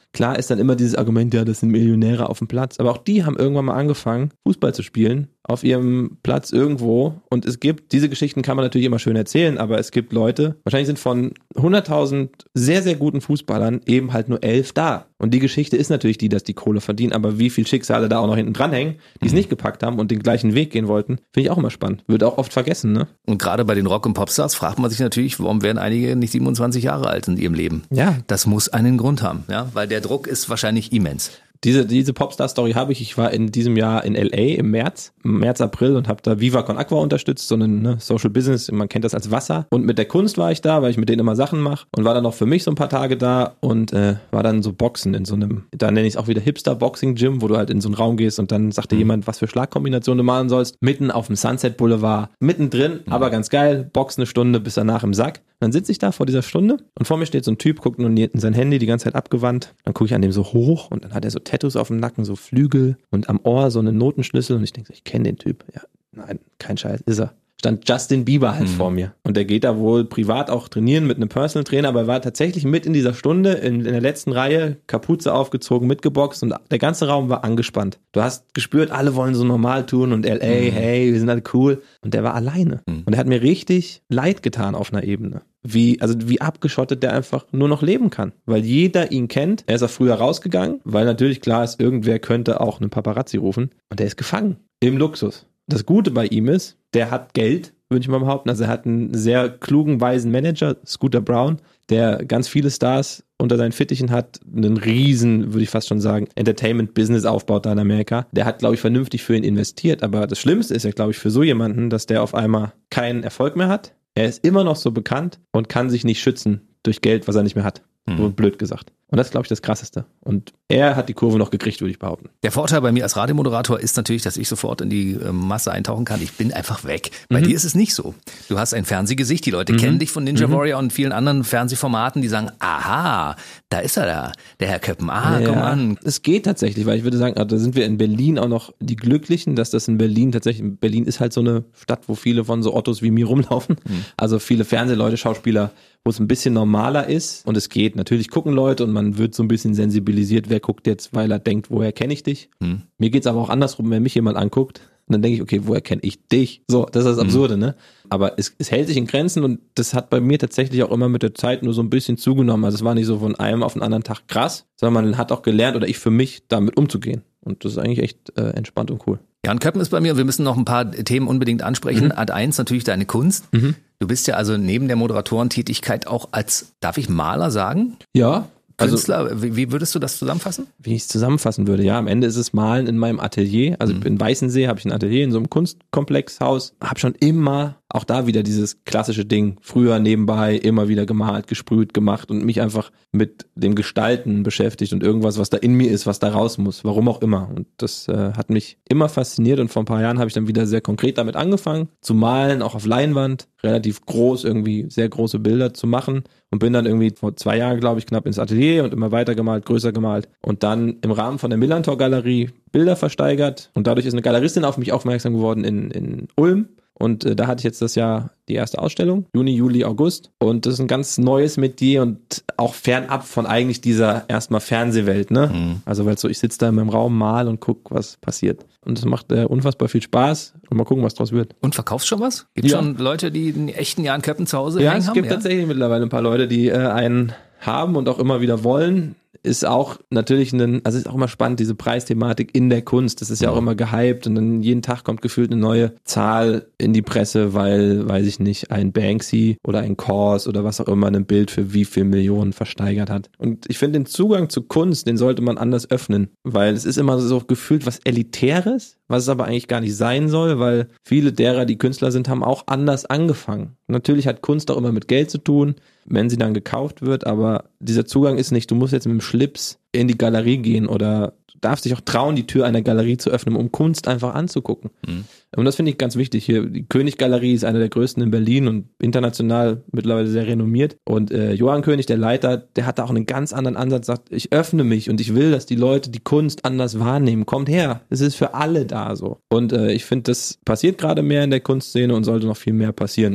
klar ist dann immer dieses Argument, ja, das sind Millionäre auf dem Platz, aber auch die haben irgendwann mal angefangen, Fußball zu spielen, auf ihrem Platz irgendwo, und es gibt, diese Geschichten kann man natürlich immer schön erzählen, aber es gibt Leute, wahrscheinlich sind von 100.000 sehr, sehr guten Fußballern eben halt nur 11 da. Und die Geschichte ist natürlich die, dass die Kohle verdienen, aber wie viel Schicksale da auch noch hinten dranhängen, die es nicht gepackt haben und den gleichen Weg gehen wollten, finde ich auch immer spannend. Wird auch oft vergessen, ne? Und gerade bei den Rock- und Popstars fragt man sich natürlich, warum werden einige nicht 27 Jahre alt in ihrem Leben? Ja. Das muss einen Grund haben, ja, weil der Druck ist wahrscheinlich immens. Diese Popstar-Story habe ich. Ich war in diesem Jahr in L.A. im März, April, und habe da Viva Con Aqua unterstützt, so ein Social Business, man kennt das als Wasser. Und mit der Kunst war ich da, weil ich mit denen immer Sachen mache, und war dann noch für mich so ein paar Tage da und war dann so Boxen in so einem, da nenne ich es auch wieder Hipster-Boxing-Gym, wo du halt in so einen Raum gehst und dann sagt dir jemand, was für Schlagkombinationen du machen sollst. Mitten auf dem Sunset Boulevard, mittendrin, aber ganz geil, Boxen eine Stunde bis danach im Sack. Dann sitze ich da vor dieser Stunde und vor mir steht so ein Typ, guckt nur in sein Handy, die ganze Zeit abgewandt. Dann gucke ich an dem so hoch und dann hat er so Tattoos auf dem Nacken, so Flügel und am Ohr so einen Notenschlüssel und ich denke so, ich kenne den Typ. Ja, nein, kein Scheiß, ist er. Stand Justin Bieber halt vor mir. Und der geht da wohl privat auch trainieren mit einem Personal Trainer, aber er war tatsächlich mit in dieser Stunde in der letzten Reihe, Kapuze aufgezogen, mitgeboxt und der ganze Raum war angespannt. Du hast gespürt, alle wollen so normal tun und LA, hey, wir sind alle cool. Und der war alleine. Und er hat mir richtig leid getan auf einer Ebene. Wie abgeschottet der einfach nur noch leben kann. Weil jeder ihn kennt. Er ist auch früher rausgegangen, weil natürlich klar ist, irgendwer könnte auch einen Paparazzi rufen. Und der ist gefangen. Im Luxus. Das Gute bei ihm ist, der hat Geld, würde ich mal behaupten. Also er hat einen sehr klugen, weisen Manager, Scooter Brown, der ganz viele Stars unter seinen Fittichen hat, einen riesen, würde ich fast schon sagen, Entertainment-Business aufbaut da in Amerika. Der hat, glaube ich, vernünftig für ihn investiert. Aber das Schlimmste ist ja, glaube ich, für so jemanden, dass der auf einmal keinen Erfolg mehr hat. Er ist immer noch so bekannt und kann sich nicht schützen durch Geld, was er nicht mehr hat. So blöd gesagt. Und das ist, glaube ich, das Krasseste. Und er hat die Kurve noch gekriegt, würde ich behaupten. Der Vorteil bei mir als Radiomoderator ist natürlich, dass ich sofort in die Masse eintauchen kann. Ich bin einfach weg. Bei dir ist es nicht so. Du hast ein Fernsehgesicht. Die Leute kennen dich von Ninja Warrior und vielen anderen Fernsehformaten, die sagen, aha, da ist er da, der Herr Köppen. Ah, komm an. Es geht tatsächlich, weil ich würde sagen, da sind wir in Berlin auch noch die Glücklichen, dass das in Berlin tatsächlich, Berlin ist halt so eine Stadt, wo viele von so Ottos wie mir rumlaufen. Also viele Fernsehleute, Schauspieler, wo es ein bisschen normaler ist und es geht. Natürlich gucken Leute und man wird so ein bisschen sensibilisiert, wer guckt jetzt, weil er denkt, woher kenne ich dich? Mir geht's aber auch andersrum, wenn mich jemand anguckt, dann denke ich, okay, woher kenne ich dich? So, das ist das Absurde, ne? Aber es hält sich in Grenzen und das hat bei mir tatsächlich auch immer mit der Zeit nur so ein bisschen zugenommen. Also es war nicht so von einem auf den anderen Tag krass, sondern man hat auch gelernt oder ich für mich damit umzugehen. Und das ist eigentlich echt entspannt und cool. Jan Köppen ist bei mir und wir müssen noch ein paar Themen unbedingt ansprechen. Ad 1 natürlich deine Kunst. Du bist ja also neben der Moderatorentätigkeit auch als, darf ich Maler sagen? Ja. Künstler, also, wie würdest du das zusammenfassen? Wie ich es zusammenfassen würde, ja, am Ende ist es Malen in meinem Atelier, also in Weißensee habe ich ein Atelier in so einem Kunstkomplexhaus, habe schon immer, auch da wieder dieses klassische Ding, früher nebenbei immer wieder gemalt, gesprüht, gemacht und mich einfach mit dem Gestalten beschäftigt und irgendwas, was da in mir ist, was da raus muss, warum auch immer. Und das hat mich immer fasziniert und vor ein paar Jahren habe ich dann wieder sehr konkret damit angefangen, zu malen, auch auf Leinwand, relativ groß, irgendwie sehr große Bilder zu machen und bin dann irgendwie vor 2 Jahren, glaube ich, knapp ins Atelier und immer weiter gemalt, größer gemalt und dann im Rahmen von der Millantor-Galerie Bilder versteigert und dadurch ist eine Galeristin auf mich aufmerksam geworden in Ulm. Und da hatte ich jetzt das Jahr die erste Ausstellung, Juni, Juli, August. Und das ist ein ganz neues Metier und auch fernab von eigentlich dieser erstmal Fernsehwelt, ne? Also weil so, ich sitze da in meinem Raum, mal und guck, was passiert. Und das macht unfassbar viel Spaß. Und mal gucken, was draus wird. Und verkaufst schon was? Gibt schon Leute, die in echten Jan Köppen zu Hause hängen haben? Es gibt tatsächlich mittlerweile ein paar Leute, die einen haben und auch immer wieder wollen. Ist auch natürlich also ist auch immer spannend, diese Preisthematik in der Kunst. Das ist ja auch immer gehypt und dann jeden Tag kommt gefühlt eine neue Zahl in die Presse, weil, weiß ich nicht, ein Banksy oder ein Kors oder was auch immer ein Bild für wie viel Millionen versteigert hat. Und ich finde den Zugang zu Kunst, den sollte man anders öffnen, weil es ist immer so gefühlt was Elitäres, was es aber eigentlich gar nicht sein soll, weil viele derer, die Künstler sind, haben auch anders angefangen. Natürlich hat Kunst auch immer mit Geld zu tun, wenn sie dann gekauft wird, aber dieser Zugang ist nicht, du musst jetzt mit dem Schlips in die Galerie gehen oder du darfst dich auch trauen, die Tür einer Galerie zu öffnen, um Kunst einfach anzugucken. Und das finde ich ganz wichtig hier. Die König-Galerie ist eine der größten in Berlin und international mittlerweile sehr renommiert. Und Johann König, der Leiter, der hat da auch einen ganz anderen Ansatz, sagt, ich öffne mich und ich will, dass die Leute die Kunst anders wahrnehmen. Kommt her, es ist für alle da so. Und ich finde, das passiert gerade mehr in der Kunstszene und sollte noch viel mehr passieren. Und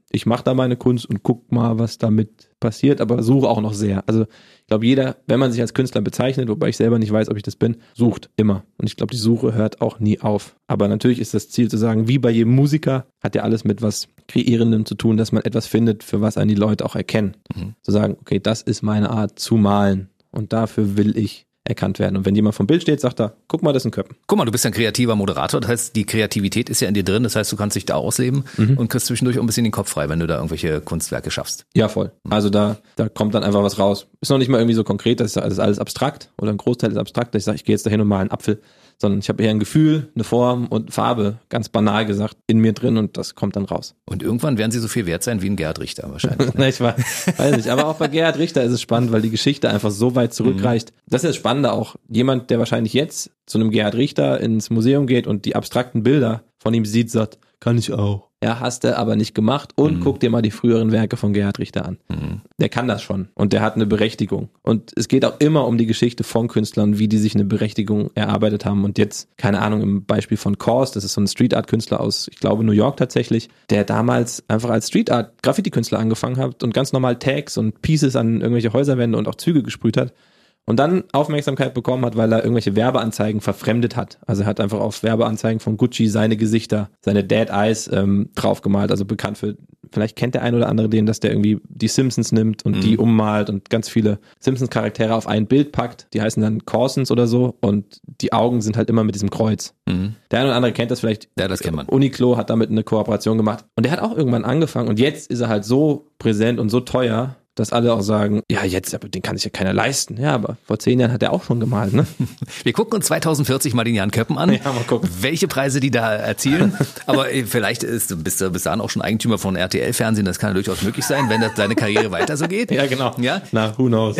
ich mache da meine Kunst und guck mal, was damit passiert, aber suche auch noch sehr. Also ich glaube, jeder, wenn man sich als Künstler bezeichnet, wobei ich selber nicht weiß, ob ich das bin, sucht immer. Und ich glaube, die Suche hört auch nie auf. Aber natürlich ist das Ziel zu sagen, wie bei jedem Musiker, hat ja alles mit was Kreierendem zu tun, dass man etwas findet, für was einen die Leute auch erkennen. Zu sagen, okay, das ist meine Art zu malen und dafür will ich erkannt werden. Und wenn jemand vom Bild steht, sagt er, guck mal, das ist ein Köppen. Guck mal, du bist ja ein kreativer Moderator, das heißt, die Kreativität ist ja in dir drin, das heißt, du kannst dich da ausleben und kriegst zwischendurch auch ein bisschen den Kopf frei, wenn du da irgendwelche Kunstwerke schaffst. Ja, voll. Also da kommt dann einfach was raus. Ist noch nicht mal irgendwie so konkret, das ist alles abstrakt oder ein Großteil ist abstrakt, dass ich sage, ich gehe jetzt dahin und mal einen Apfel, sondern ich habe eher ein Gefühl, eine Form und Farbe, ganz banal gesagt, in mir drin und das kommt dann raus. Und irgendwann werden sie so viel wert sein wie ein Gerhard Richter wahrscheinlich. Ne? Ich weiß nicht, aber auch bei Gerhard Richter ist es spannend, weil die Geschichte einfach so weit zurückreicht. Das ist das Spannende auch. Jemand, der wahrscheinlich jetzt zu einem Gerhard Richter ins Museum geht und die abstrakten Bilder von ihm sieht, sagt, kann ich auch. Ja, hast du aber nicht gemacht und guck dir mal die früheren Werke von Gerhard Richter an. Der kann das schon und der hat eine Berechtigung. Und es geht auch immer um die Geschichte von Künstlern, wie die sich eine Berechtigung erarbeitet haben. Und jetzt, keine Ahnung, im Beispiel von Kors, das ist so ein Street-Art-Künstler aus, ich glaube, New York tatsächlich, der damals einfach als Street-Art-Graffiti-Künstler angefangen hat und ganz normal Tags und Pieces an irgendwelche Häuserwände und auch Züge gesprüht hat. Und dann Aufmerksamkeit bekommen hat, weil er irgendwelche Werbeanzeigen verfremdet hat. Also er hat einfach auf Werbeanzeigen von Gucci seine Gesichter, seine Dead Eyes draufgemalt. Also bekannt für, vielleicht kennt der ein oder andere den, dass der irgendwie die Simpsons nimmt und die ummalt und ganz viele Simpsons-Charaktere auf ein Bild packt. Die heißen dann Corsons oder so und die Augen sind halt immer mit diesem Kreuz. Der eine oder andere kennt das vielleicht. Ja, das kennt man. Uniqlo hat damit eine Kooperation gemacht. Und der hat auch irgendwann angefangen und jetzt ist er halt so präsent und so teuer, dass alle auch sagen, ja jetzt, aber den kann sich ja keiner leisten. Ja, aber vor 10 Jahren hat er auch schon gemalt, ne? Wir gucken uns 2040 mal den Jan Köppen an, Ja, mal gucken. welche Preise die da erzielen. Aber vielleicht bist du bis dahin auch schon Eigentümer von RTL-Fernsehen, das kann ja durchaus möglich sein, wenn das deine Karriere weiter so geht. Ja, genau. Ja? Na, who knows?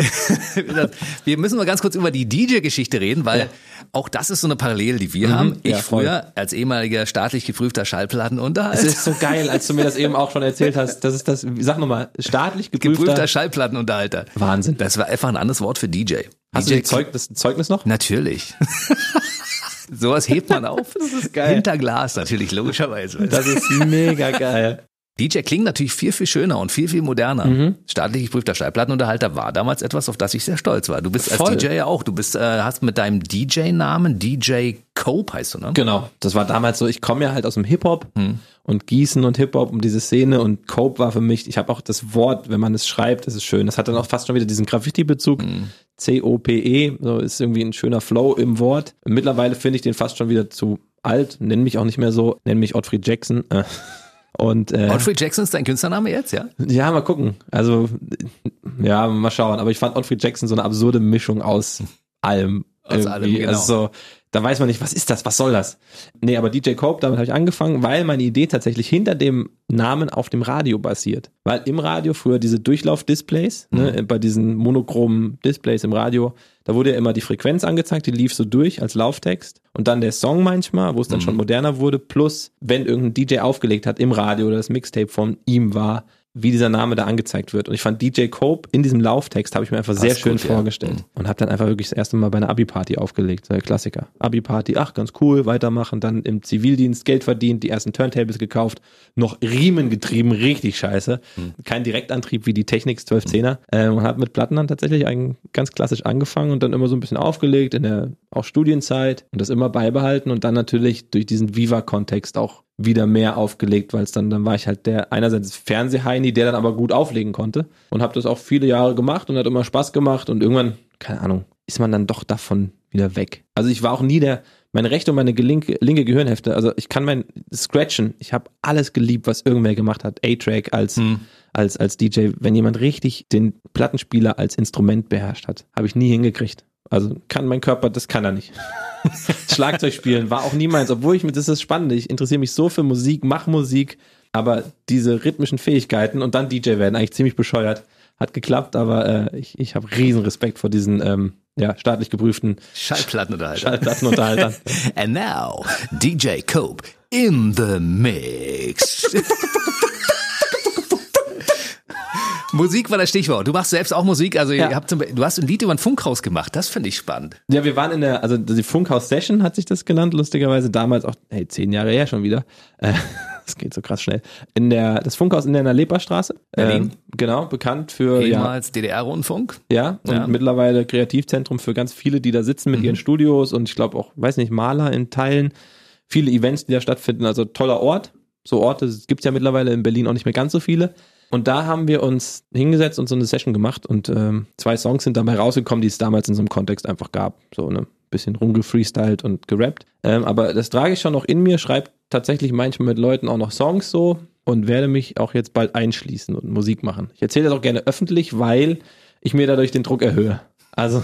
Wir müssen mal ganz kurz über die DJ-Geschichte reden, weil auch das ist so eine Parallele, die wir haben. Ich ja, voll. früher als ehemaliger staatlich geprüfter Schallplattenunterhalt. Es ist so geil, als du mir das eben auch schon erzählt hast. Das ist das, sag nochmal, staatlich geprüfter Schallplattenunterhalter. Wahnsinn. Das war einfach ein anderes Wort für DJ. Hast du das Zeugnis noch? Natürlich. Sowas hebt man auf. Das ist geil. Hinter Glas natürlich, logischerweise. Das ist mega geil. DJ klingt natürlich viel, viel schöner und viel, viel moderner. Staatlich geprüfter Schallplattenunterhalter war damals etwas, auf das ich sehr stolz war. Du bist als Voll. DJ ja auch. Du bist, hast mit deinem DJ-Namen, DJ Cope heißt du, ne? Genau. Das war damals so, ich komme ja halt aus dem Hip-Hop und Gießen und Hip-Hop um diese Szene und Cope war für mich, ich habe auch das Wort, wenn man es schreibt, das ist schön. Das hat dann auch fast schon wieder diesen Graffiti-Bezug. C-O-P-E, so ist irgendwie ein schöner Flow im Wort. Mittlerweile finde ich den fast schon wieder zu alt. Nenn mich auch nicht mehr so, nenn mich Otfried Jackson. Und, Otfried Jackson ist dein Künstlername jetzt, ja? Ja, mal gucken. Also, ja, mal schauen. Aber ich fand Otfried Jackson so eine absurde Mischung aus allem. Aus allem, genau. Also so, da weiß man nicht, was ist das, was soll das? Nee, aber DJ Cope, damit habe ich angefangen, weil meine Idee tatsächlich hinter dem Namen auf dem Radio basiert. Weil im Radio früher diese Durchlauf-Displays, ne, bei diesen monochromen Displays im Radio, da wurde ja immer die Frequenz angezeigt, die lief so durch als Lauftext und dann der Song manchmal, wo es dann schon moderner wurde, plus wenn irgendein DJ aufgelegt hat im Radio oder das Mixtape von ihm war, wie dieser Name da angezeigt wird. Und ich fand DJ Cope in diesem Lauftext habe ich mir einfach sehr schön vorgestellt. Und habe dann einfach wirklich das erste Mal bei einer Abi-Party aufgelegt, so der Klassiker. Abi-Party, ach ganz cool, weitermachen, dann im Zivildienst Geld verdient, die ersten Turntables gekauft, noch Riemen getrieben, richtig scheiße. Kein Direktantrieb wie die Technics 1210er. Und habe mit Platten dann tatsächlich ganz klassisch angefangen und dann immer so ein bisschen aufgelegt in der auch Studienzeit und das immer beibehalten und dann natürlich durch diesen Viva-Kontext auch wieder mehr aufgelegt, weil es dann war ich halt der einerseits Fernsehheini, der dann aber gut auflegen konnte und habe das auch viele Jahre gemacht und hat immer Spaß gemacht und irgendwann, keine Ahnung, ist man dann doch davon wieder weg. Also ich war auch nie meine rechte und meine linke Gehirnhälfte, also ich kann mein Scratchen, ich habe alles geliebt, was irgendwer gemacht hat, A-Track als DJ, wenn jemand richtig den Plattenspieler als Instrument beherrscht hat, habe ich nie hingekriegt. Also kann mein Körper, das kann er nicht. Schlagzeug spielen war auch nie meins, obwohl das ist das Spannende, ich interessiere mich so für Musik, mache Musik, aber diese rhythmischen Fähigkeiten und dann DJ werden, eigentlich ziemlich bescheuert, hat geklappt, aber ich habe riesen Respekt vor diesen staatlich geprüften Schallplattenunterhaltern. And now, DJ Cope in the mix. Musik war das Stichwort. Du machst selbst auch Musik. Also du hast ein Lied über ein Funkhaus gemacht. Das finde ich spannend. Ja, wir waren also die Funkhaus-Session hat sich das genannt, lustigerweise. Damals auch, 10 Jahre her schon wieder. Das geht so krass schnell. Das Funkhaus in der Leperstraße. Berlin. Genau, bekannt für ehemals DDR-Rundfunk. Ja, und mittlerweile Kreativzentrum für ganz viele, die da sitzen mit ihren Studios und ich glaube auch, Maler in Teilen. Viele Events, die da stattfinden. Also toller Ort. So Orte gibt's ja mittlerweile in Berlin auch nicht mehr ganz so viele. Und da haben wir uns hingesetzt und so eine Session gemacht und 2 Songs sind dabei rausgekommen, die es damals in so einem Kontext einfach gab. So ein bisschen rumgefreestylt und gerappt. Aber das trage ich schon noch in mir, schreibe tatsächlich manchmal mit Leuten auch noch Songs so und werde mich auch jetzt bald einschließen und Musik machen. Ich erzähle das auch gerne öffentlich, weil ich mir dadurch den Druck erhöhe. Also,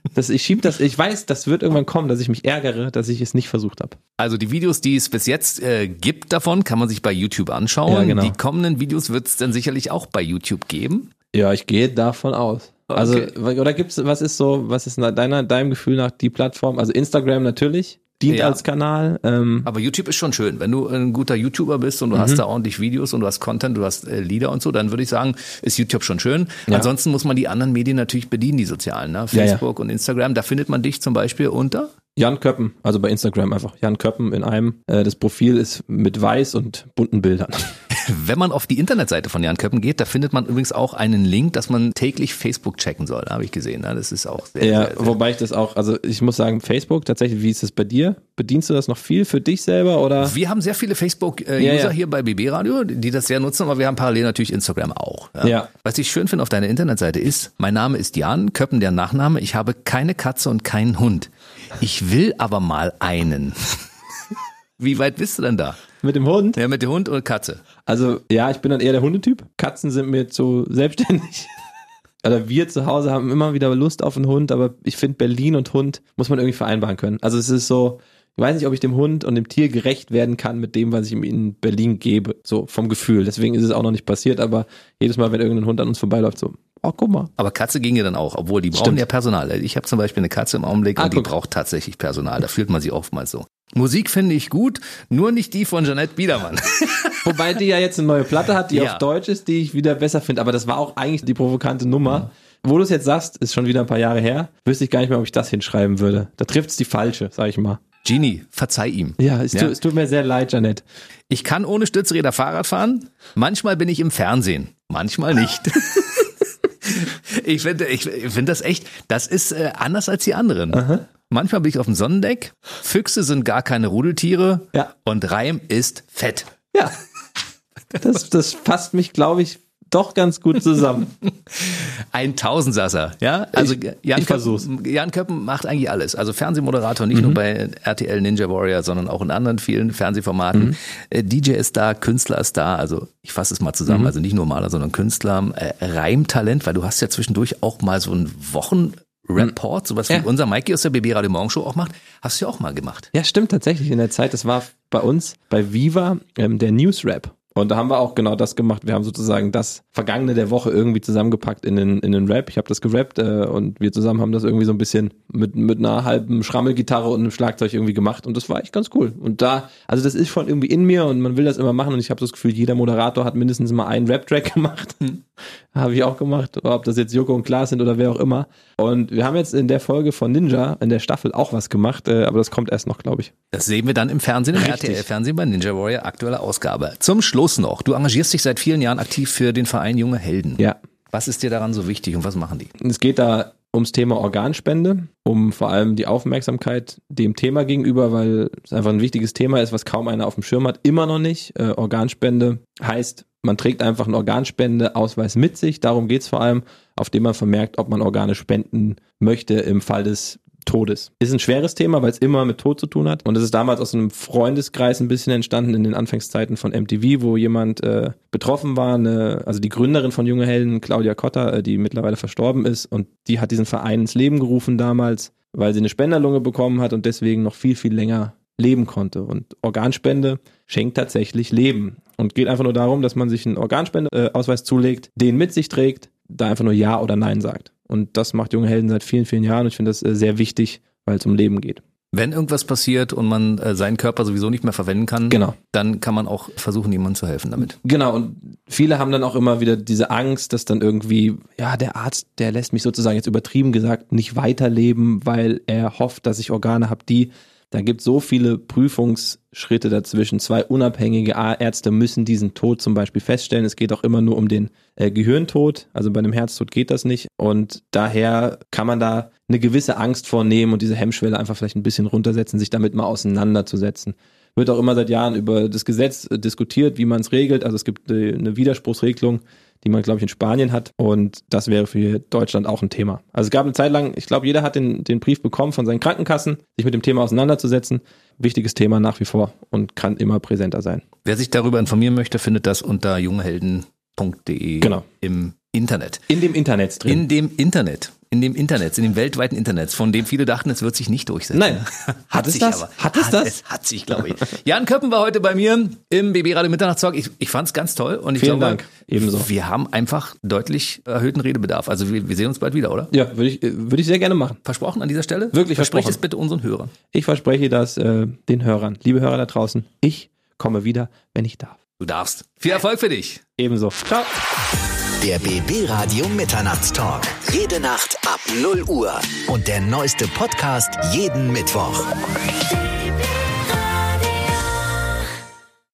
ich weiß, das wird irgendwann kommen, dass ich mich ärgere, dass ich es nicht versucht habe. Also die Videos, die es bis jetzt gibt davon, kann man sich bei YouTube anschauen. Ja, genau. Die kommenden Videos wird es dann sicherlich auch bei YouTube geben. Ja, ich gehe davon aus. Also, oder was ist deinem Gefühl nach die Plattform? Also Instagram natürlich. Dient als Kanal. Aber YouTube ist schon schön. Wenn du ein guter YouTuber bist und du hast da ordentlich Videos und du hast Content, du hast Lieder und so, dann würde ich sagen, ist YouTube schon schön. Ja. Ansonsten muss man die anderen Medien natürlich bedienen, die sozialen, ne? Facebook und Instagram. Da findet man dich zum Beispiel unter? Jan Köppen, also bei Instagram einfach. Jan Köppen in einem. Das Profil ist mit weiß und bunten Bildern. Wenn man auf die Internetseite von Jan Köppen geht, da findet man übrigens auch einen Link, dass man täglich Facebook checken soll. Da habe ich gesehen. Das ist auch sehr. Wobei ich das auch, also ich muss sagen, Facebook tatsächlich, wie ist es bei dir? Bedienst du das noch viel für dich selber oder? Wir haben sehr viele Facebook-User hier bei BB Radio, die das sehr nutzen, aber wir haben parallel natürlich Instagram auch. Ja. Was ich schön finde auf deiner Internetseite ist, mein Name ist Jan Köppen, der Nachname. Ich habe keine Katze und keinen Hund. Ich will aber mal einen. Wie weit bist du denn da? Mit dem Hund? Ja, mit dem Hund und Katze. Also, ich bin dann eher der Hundetyp. Katzen sind mir zu selbstständig. Oder wir zu Hause haben immer wieder Lust auf einen Hund, aber ich finde, Berlin und Hund muss man irgendwie vereinbaren können. Also es ist so, ich weiß nicht, ob ich dem Hund und dem Tier gerecht werden kann mit dem, was ich ihm in Berlin gebe. So vom Gefühl. Deswegen ist es auch noch nicht passiert, aber jedes Mal, wenn irgendein Hund an uns vorbeiläuft, so, guck mal. Aber Katze ging ja dann auch, obwohl die brauchen ja Personal. Ich habe zum Beispiel eine Katze im Augenblick und die braucht tatsächlich Personal. Da fühlt man sich oftmals so. Musik finde ich gut, nur nicht die von Jeanette Biedermann. Wobei die ja jetzt eine neue Platte hat, die auf Deutsch ist, die ich wieder besser finde. Aber das war auch eigentlich die provokante Nummer. Wo du es jetzt sagst, ist schon wieder ein paar Jahre her, wüsste ich gar nicht mehr, ob ich das hinschreiben würde. Da trifft es die falsche, sag ich mal. Genie, verzeih ihm. Ja, es tut mir sehr leid, Jeanette. Ich kann ohne Stützräder Fahrrad fahren. Manchmal bin ich im Fernsehen, manchmal nicht. Ich finde das echt, das ist anders als die anderen. Aha. Manchmal bin ich auf dem Sonnendeck, Füchse sind gar keine Rudeltiere und Reim ist fett. Ja, das fasst mich, glaube ich, doch ganz gut zusammen. Ein Tausendsasser, ja? Also Jan Köppen macht eigentlich alles. Also Fernsehmoderator, nicht nur bei RTL Ninja Warrior, sondern auch in anderen vielen Fernsehformaten. DJ ist da, Künstler ist da, also ich fasse es mal zusammen, also nicht nur Maler, sondern Künstler. Reimtalent, weil du hast ja zwischendurch auch mal so einen Wochenreport, sowas wie unser Mikey aus der BB Radio Morgenshow auch macht, hast du ja auch mal gemacht. Ja, stimmt, tatsächlich in der Zeit, das war bei uns, bei Viva, der Newsrap. Und da haben wir auch genau das gemacht. Wir haben sozusagen das Vergangene der Woche irgendwie zusammengepackt in den Rap. Ich habe das gerappt und wir zusammen haben das irgendwie so ein bisschen mit einer halben Schrammelgitarre und einem Schlagzeug irgendwie gemacht. Und das war echt ganz cool. Und also das ist schon irgendwie in mir und man will das immer machen. Und ich habe das Gefühl, jeder Moderator hat mindestens mal einen Rap-Track gemacht. Habe ich auch gemacht. Ob das jetzt Joko und Klaas sind oder wer auch immer. Und wir haben jetzt in der Folge von Ninja, in der Staffel auch was gemacht. Aber das kommt erst noch, glaube ich. Das sehen wir dann im Fernsehen, im RTL-Fernsehen bei Ninja Warrior, aktuelle Ausgabe. Zum Schluss noch. Du engagierst dich seit vielen Jahren aktiv für den Verein Junge Helden. Ja. Was ist dir daran so wichtig und was machen die? Es geht da ums Thema Organspende, um vor allem die Aufmerksamkeit dem Thema gegenüber, weil es einfach ein wichtiges Thema ist, was kaum einer auf dem Schirm hat. Immer noch nicht. Organspende heißt, man trägt einfach einen Organspendeausweis mit sich. Darum geht es vor allem, auf dem man vermerkt, ob man Organe spenden möchte im Fall des Todes. Ist ein schweres Thema, weil es immer mit Tod zu tun hat. Und es ist damals aus einem Freundeskreis ein bisschen entstanden in den Anfangszeiten von MTV, wo jemand betroffen war, also die Gründerin von Junge Helden, Claudia Cotta, die mittlerweile verstorben ist. Und die hat diesen Verein ins Leben gerufen damals, weil sie eine Spenderlunge bekommen hat und deswegen noch viel, viel länger leben konnte. Und Organspende schenkt tatsächlich Leben. Und geht einfach nur darum, dass man sich einen Organspendeausweis zulegt, den mit sich trägt, da einfach nur Ja oder Nein sagt. Und das macht Junge Helden seit vielen, vielen Jahren und ich finde das sehr wichtig, weil es um Leben geht. Wenn irgendwas passiert und man seinen Körper sowieso nicht mehr verwenden kann, Genau. dann kann man auch versuchen, jemandem zu helfen damit. Genau, und viele haben dann auch immer wieder diese Angst, dass dann irgendwie, ja, der Arzt, der lässt mich sozusagen jetzt übertrieben gesagt nicht weiterleben, weil er hofft, dass ich Organe habe, da gibt es so viele Prüfungsschritte dazwischen. 2 unabhängige Ärzte müssen diesen Tod zum Beispiel feststellen. Es geht auch immer nur um den Gehirntod, also bei einem Herztod geht das nicht. Und daher kann man da eine gewisse Angst vornehmen und diese Hemmschwelle einfach vielleicht ein bisschen runtersetzen, sich damit mal auseinanderzusetzen. Wird auch immer seit Jahren über das Gesetz diskutiert, wie man es regelt. Also es gibt eine Widerspruchsregelung, die man, glaube ich, in Spanien hat. Und das wäre für Deutschland auch ein Thema. Also es gab eine Zeit lang, ich glaube, jeder hat den Brief bekommen von seinen Krankenkassen, sich mit dem Thema auseinanderzusetzen. Wichtiges Thema nach wie vor und kann immer präsenter sein. Wer sich darüber informieren möchte, findet das unter junghelden.de im Internet. In dem Internet drin. In dem weltweiten Internet, von dem viele dachten, es wird sich nicht durchsetzen. Nein. Hat es das? Es hat sich, glaube ich. Jan Köppen war heute bei mir im BB Radio Mitternachtstalk. Ich fand es ganz toll und ich Vielen glaube, Dank. Ebenso. Wir haben einfach deutlich erhöhten Redebedarf. Also wir sehen uns bald wieder, oder? Ja, würde ich sehr gerne machen. Versprochen an dieser Stelle? Wirklich Versprich versprochen. es bitte unseren Hörern. Ich verspreche das den Hörern. Liebe Hörer da draußen, ich komme wieder, wenn ich darf. Du darfst. Viel Erfolg für dich. Ebenso. Ciao. Der BB Radio Mitternachtstalk. Jede Nacht ab 0 Uhr. Und der neueste Podcast jeden Mittwoch.